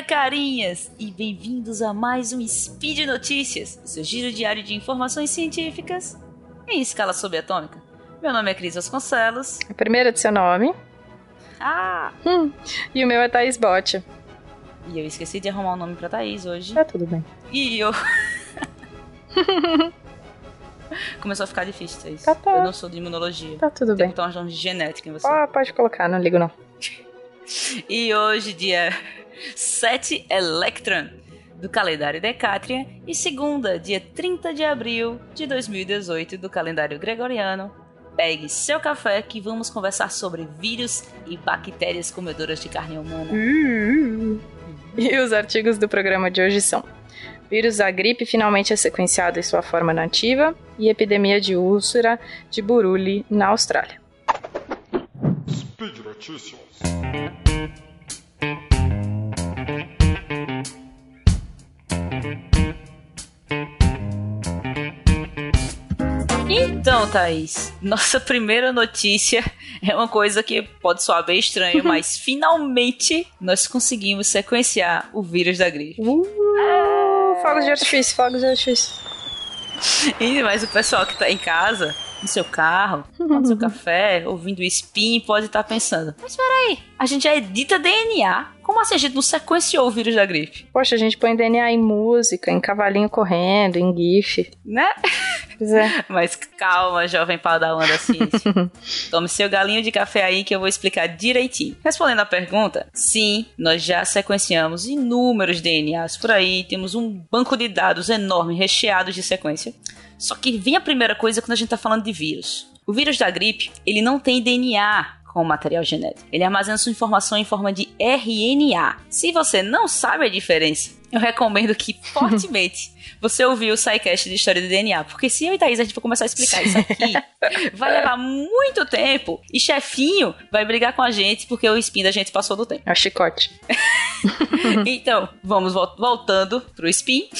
carinhas! E bem-vindos a mais um Speed Notícias, seu giro diário de informações científicas em escala subatômica. Meu nome é Cris Vasconcelos. A primeira do seu nome. E o meu é Thaís Botti. E eu esqueci de arrumar um nome pra Thaís hoje. Tá tudo bem. E eu... Começou a ficar difícil, Thaís. Tá. Eu não sou de imunologia. Tá tudo bem. Tem que botar um de genética em você. Pode colocar, não ligo não. E hoje, dia 7 Electron, do calendário Decátria, e segunda, dia 30 de abril de 2018, do calendário Gregoriano. Pegue seu café que vamos conversar sobre vírus e bactérias comedoras de carne humana. E os artigos do programa de hoje são: vírus da gripe finalmente é sequenciado em sua forma nativa, e epidemia de úlcera de Buruli na Austrália. Speed Notícias. Então, Thaís, nossa primeira notícia é uma coisa que pode soar bem estranho, mas finalmente nós conseguimos sequenciar o vírus da gripe. Fogos de artifício. Mas o pessoal que tá em casa, no seu carro, tomando seu café, ouvindo o Spin, pode estar pensando: mas peraí, a gente já edita DNA? Como assim a gente não sequenciou o vírus da gripe? Poxa, a gente põe DNA em música, em cavalinho correndo, em GIF. Né? Pois é. Mas calma, jovem padawan da ciência. Tome seu galinho de café aí que eu vou explicar direitinho. Respondendo à pergunta, sim, nós já sequenciamos inúmeros DNAs por aí. Temos um banco de dados enorme, recheado de sequência. Só que vem a primeira coisa quando a gente tá falando de vírus. O vírus da gripe, ele não tem DNA com material genético. Ele armazena sua informação em forma de RNA. Se você não sabe a diferença, eu recomendo que fortemente você ouvir o SciCast de História do DNA, porque se eu e Thaís a gente for começar a explicar isso aqui, vai levar muito tempo e chefinho vai brigar com a gente porque o spin da gente passou do tempo. É o chicote. Então, vamos voltando pro spin.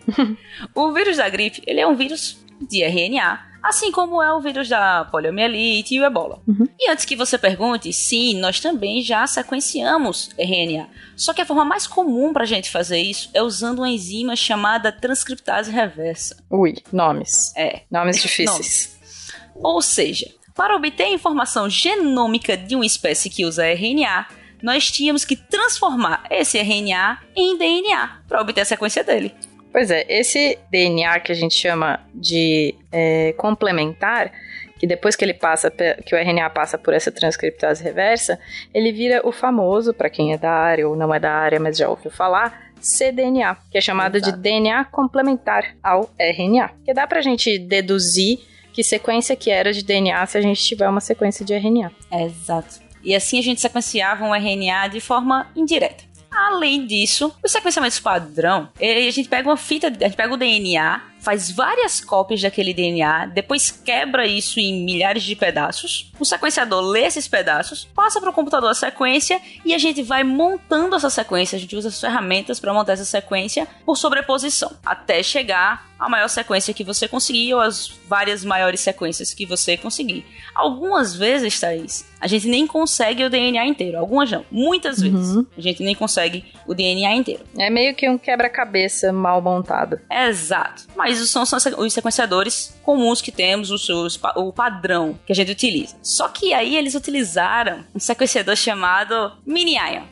O vírus da gripe, ele é um vírus de RNA, assim como é o vírus da poliomielite e o ebola. E antes que você pergunte, sim, nós também já sequenciamos RNA. Só que a forma mais comum pra gente fazer isso é usando uma enzima chamada transcriptase reversa. Nomes. Nomes difíceis. Nomes. Ou seja, para obter a informação genômica de uma espécie que usa RNA, nós tínhamos que transformar esse RNA em DNA para obter a sequência dele. Pois é, esse DNA que a gente chama de complementar, que depois que que o RNA passa por essa transcriptase reversa, ele vira o famoso, para quem é da área ou não é da área, mas já ouviu falar, cDNA, que é chamado de DNA complementar ao RNA. Que dá pra gente deduzir que sequência que era de DNA se a gente tiver uma sequência de RNA. Exato. E assim a gente sequenciava um RNA de forma indireta. Além disso, os sequenciamentos padrão, a gente pega o DNA, faz várias cópias daquele DNA, depois quebra isso em milhares de pedaços, o sequenciador lê esses pedaços, passa para o computador a sequência e a gente vai montando essa sequência, a gente usa as ferramentas para montar essa sequência por sobreposição, até chegar à maior sequência que você conseguir ou as várias maiores sequências que você conseguir. Algumas vezes, Thaís, a gente nem consegue o DNA inteiro, algumas não, muitas vezes a gente nem consegue o DNA inteiro. É meio que um quebra-cabeça mal montado. Exato. Mas são os sequenciadores comuns que temos, o padrão que a gente utiliza. Só que aí eles utilizaram um sequenciador chamado Minion.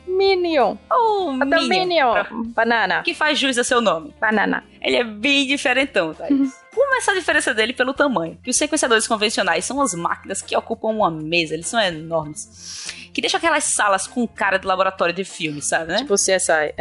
Ou Minion. Banana. Que faz jus a seu nome. Banana. Ele é bem diferentão, Thaís. Começa a diferença dele pelo tamanho. Que os sequenciadores convencionais são as máquinas que ocupam uma mesa, eles são enormes. Que deixam aquelas salas com cara de laboratório de filme, sabe, né? Tipo o CSI,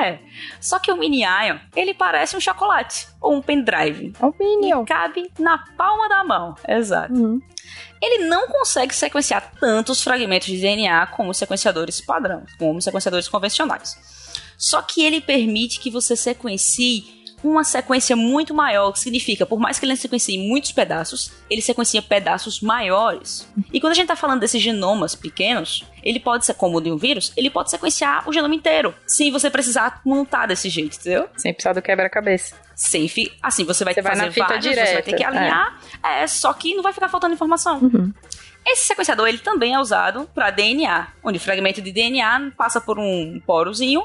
Só que o Mini-Ion, ele parece um chocolate ou um pendrive. É um Minion. E cabe na palma da mão. Exato. Ele não consegue sequenciar tantos fragmentos de DNA como os sequenciadores padrão, como os sequenciadores convencionais. Só que ele permite que você sequencie uma sequência muito maior, que significa, por mais que ele sequencie muitos pedaços, ele sequencia pedaços maiores. E quando a gente tá falando desses genomas pequenos, ele pode ser, como o de um vírus, ele pode sequenciar o genoma inteiro, sem você precisar montar desse jeito, entendeu? Sem precisar do quebra-cabeça. Assim, você vai fazer na fita vários, direta, você vai ter que alinhar, só que não vai ficar faltando informação. Esse sequenciador, ele também é usado para DNA, onde o fragmento de DNA passa por um porozinho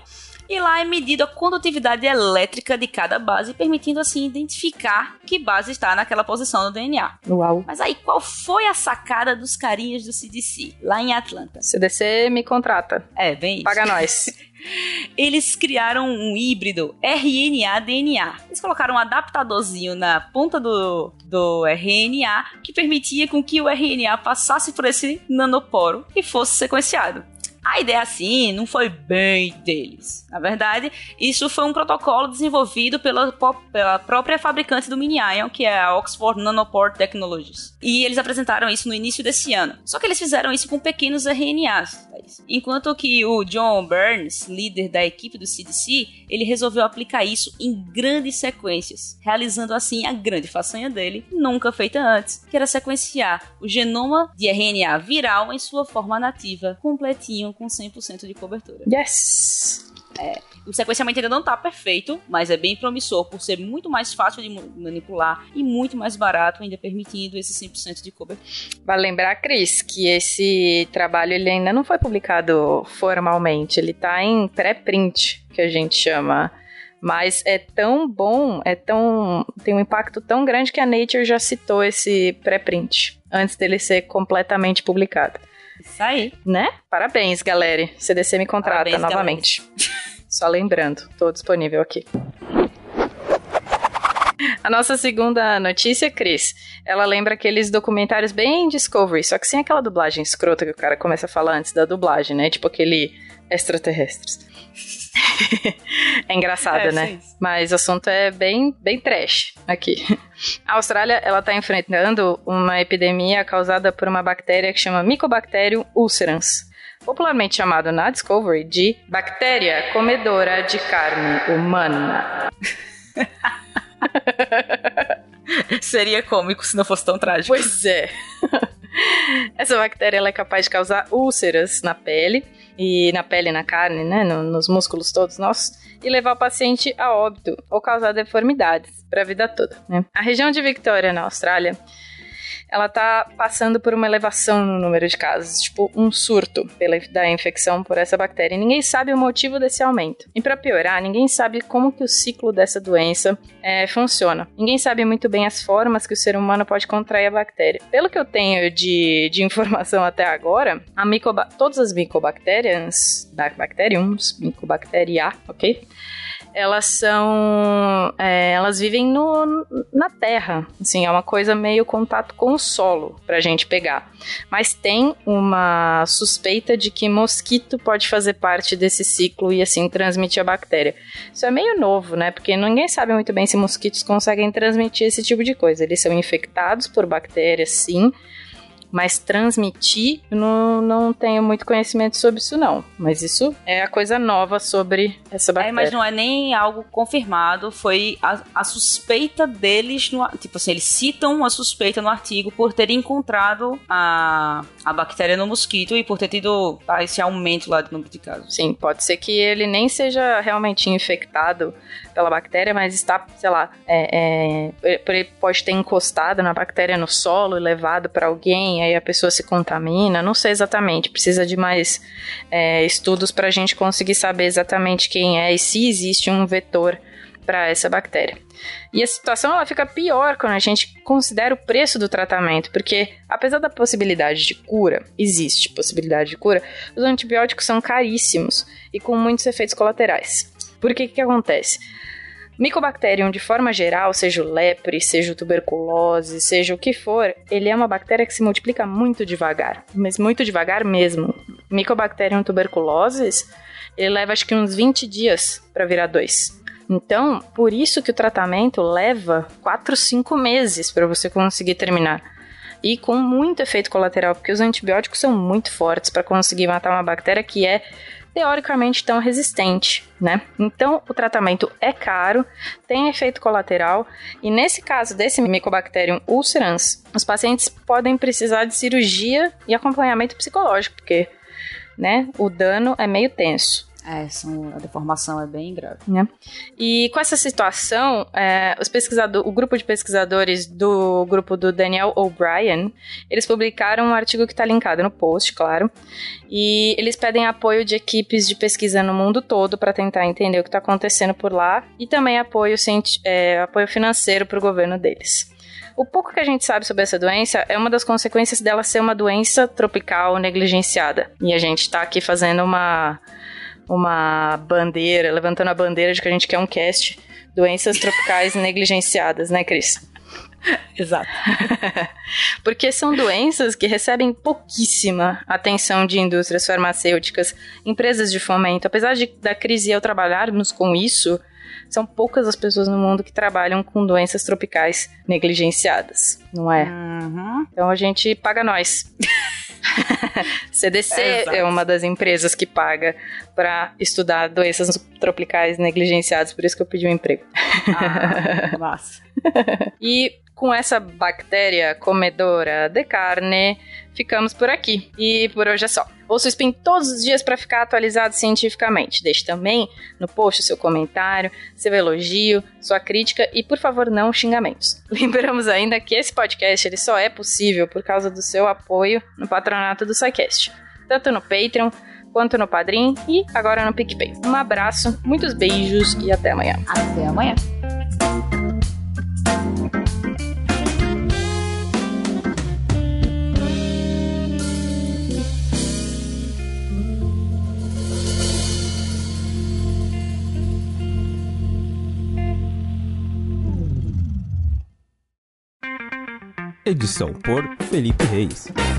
E lá é medida a condutividade elétrica de cada base, permitindo assim identificar que base está naquela posição do DNA. Uau. Mas aí, qual foi a sacada dos carinhas do CDC, lá em Atlanta? CDC me contrata. É, bem isso. Paga nós. Eles criaram um híbrido RNA-DNA. Eles colocaram um adaptadorzinho na ponta do RNA que permitia com que o RNA passasse por esse nanoporo e fosse sequenciado. A ideia, assim, não foi bem deles. Na verdade, isso foi um protocolo desenvolvido pela própria fabricante do mini-ion, que é a Oxford Nanopore Technologies. E eles apresentaram isso no início desse ano. Só que eles fizeram isso com pequenos RNAs. Enquanto que o John Burns, líder da equipe do CDC, ele resolveu aplicar isso em grandes sequências, realizando assim a grande façanha dele, nunca feita antes, que era sequenciar o genoma de RNA viral em sua forma nativa, completinho, com 100% de cobertura. Yes! O sequenciamento ainda não está perfeito, mas é bem promissor por ser muito mais fácil de manipular e muito mais barato, ainda permitindo esse 100% de cobertura. Vale lembrar, Cris, que esse trabalho ele ainda não foi publicado formalmente, ele está em pré-print, que a gente chama. Mas é tão bom, tem um impacto tão grande que a Nature já citou esse pré-print, antes dele ser completamente publicado. Isso aí. Né? Parabéns, galera. CDC me contrata. Parabéns, novamente. Só lembrando, tô disponível aqui. A nossa segunda notícia, Cris, ela lembra aqueles documentários bem Discovery, só que sem aquela dublagem escrota que o cara começa a falar antes da dublagem, né? Tipo aquele extraterrestres. É engraçado, né? Sim. Mas o assunto é bem trash aqui. A Austrália, ela tá enfrentando uma epidemia causada por uma bactéria que chama Mycobacterium ulcerans, popularmente chamado na Discovery de bactéria comedora de carne humana. Seria cômico se não fosse tão trágico. Pois é. Essa bactéria ela é capaz de causar úlceras na pele, e na carne, né, nos músculos todos nossos, e levar o paciente a óbito ou causar deformidades para a vida toda, né? A região de Victoria, na Austrália, ela tá passando por uma elevação no número de casos, tipo um surto da infecção por essa bactéria. E ninguém sabe o motivo desse aumento. E para piorar, ninguém sabe como que o ciclo dessa doença funciona. Ninguém sabe muito bem as formas que o ser humano pode contrair a bactéria. Pelo que eu tenho de informação até agora, todas as mycobacterians, Mycobacteria, ok? Elas vivem na terra, assim, é uma coisa meio contato com o solo pra gente pegar. Mas tem uma suspeita de que mosquito pode fazer parte desse ciclo e assim transmitir a bactéria. Isso é meio novo, né? Porque ninguém sabe muito bem se mosquitos conseguem transmitir esse tipo de coisa. Eles são infectados por bactérias, sim, mas transmitir, eu não tenho muito conhecimento sobre isso não. Mas isso é a coisa nova sobre essa bactéria. Mas não é nem algo confirmado, foi a suspeita deles, tipo assim, eles citam a suspeita no artigo por terem encontrado a bactéria no mosquito e por ter tido esse aumento lá do número de casos. Sim, pode ser que ele nem seja realmente infectado pela bactéria, mas está, sei lá, ele pode ter encostado na bactéria no solo e levado para alguém, aí a pessoa se contamina, não sei exatamente, precisa de mais estudos para a gente conseguir saber exatamente quem é e se existe um vetor para essa bactéria. E a situação ela fica pior quando a gente considera o preço do tratamento, porque apesar da possibilidade de cura, existe possibilidade de cura, os antibióticos são caríssimos e com muitos efeitos colaterais. Por que acontece? Mycobacterium, de forma geral, seja o lepre, seja o tuberculose, seja o que for, ele é uma bactéria que se multiplica muito devagar, mas muito devagar mesmo. Mycobacterium tuberculosis, ele leva acho que uns 20 dias para virar 2. Então, por isso que o tratamento leva 4, 5 meses para você conseguir terminar. E com muito efeito colateral, porque os antibióticos são muito fortes para conseguir matar uma bactéria que é teoricamente tão resistente, né? Então, o tratamento é caro, tem efeito colateral, e nesse caso desse Mycobacterium ulcerans, os pacientes podem precisar de cirurgia e acompanhamento psicológico, porque, né, o dano é meio tenso. A deformação é bem grave. Né? E com essa situação, o grupo de pesquisadores do grupo do Daniel O'Brien, eles publicaram um artigo que está linkado no post, claro, e eles pedem apoio de equipes de pesquisa no mundo todo para tentar entender o que está acontecendo por lá e também apoio financeiro para o governo deles. O pouco que a gente sabe sobre essa doença é uma das consequências dela ser uma doença tropical negligenciada. E a gente está aqui fazendo uma bandeira, levantando a bandeira de que a gente quer um cast doenças tropicais negligenciadas, né, Cris? Exato. Porque são doenças que recebem pouquíssima atenção de indústrias farmacêuticas, empresas de fomento. Apesar da Cris e eu trabalharmos com isso, são poucas as pessoas no mundo que trabalham com doenças tropicais negligenciadas, não é? Uhum. Então a gente paga nós. CDC é uma das empresas que paga para estudar doenças tropicais negligenciadas, por isso que eu pedi um emprego. Massa. E com essa bactéria comedora de carne, ficamos por aqui. E por hoje é só. Ouça o Spin todos os dias para ficar atualizado cientificamente. Deixe também no post o seu comentário, seu elogio, sua crítica e, por favor, não xingamentos. Lembramos ainda que esse podcast ele só é possível por causa do seu apoio no patronato do SciCast, tanto no Patreon quanto no Padrim e agora no PicPay. Um abraço, muitos beijos e até amanhã. Até amanhã. Edição por Felipe Reis.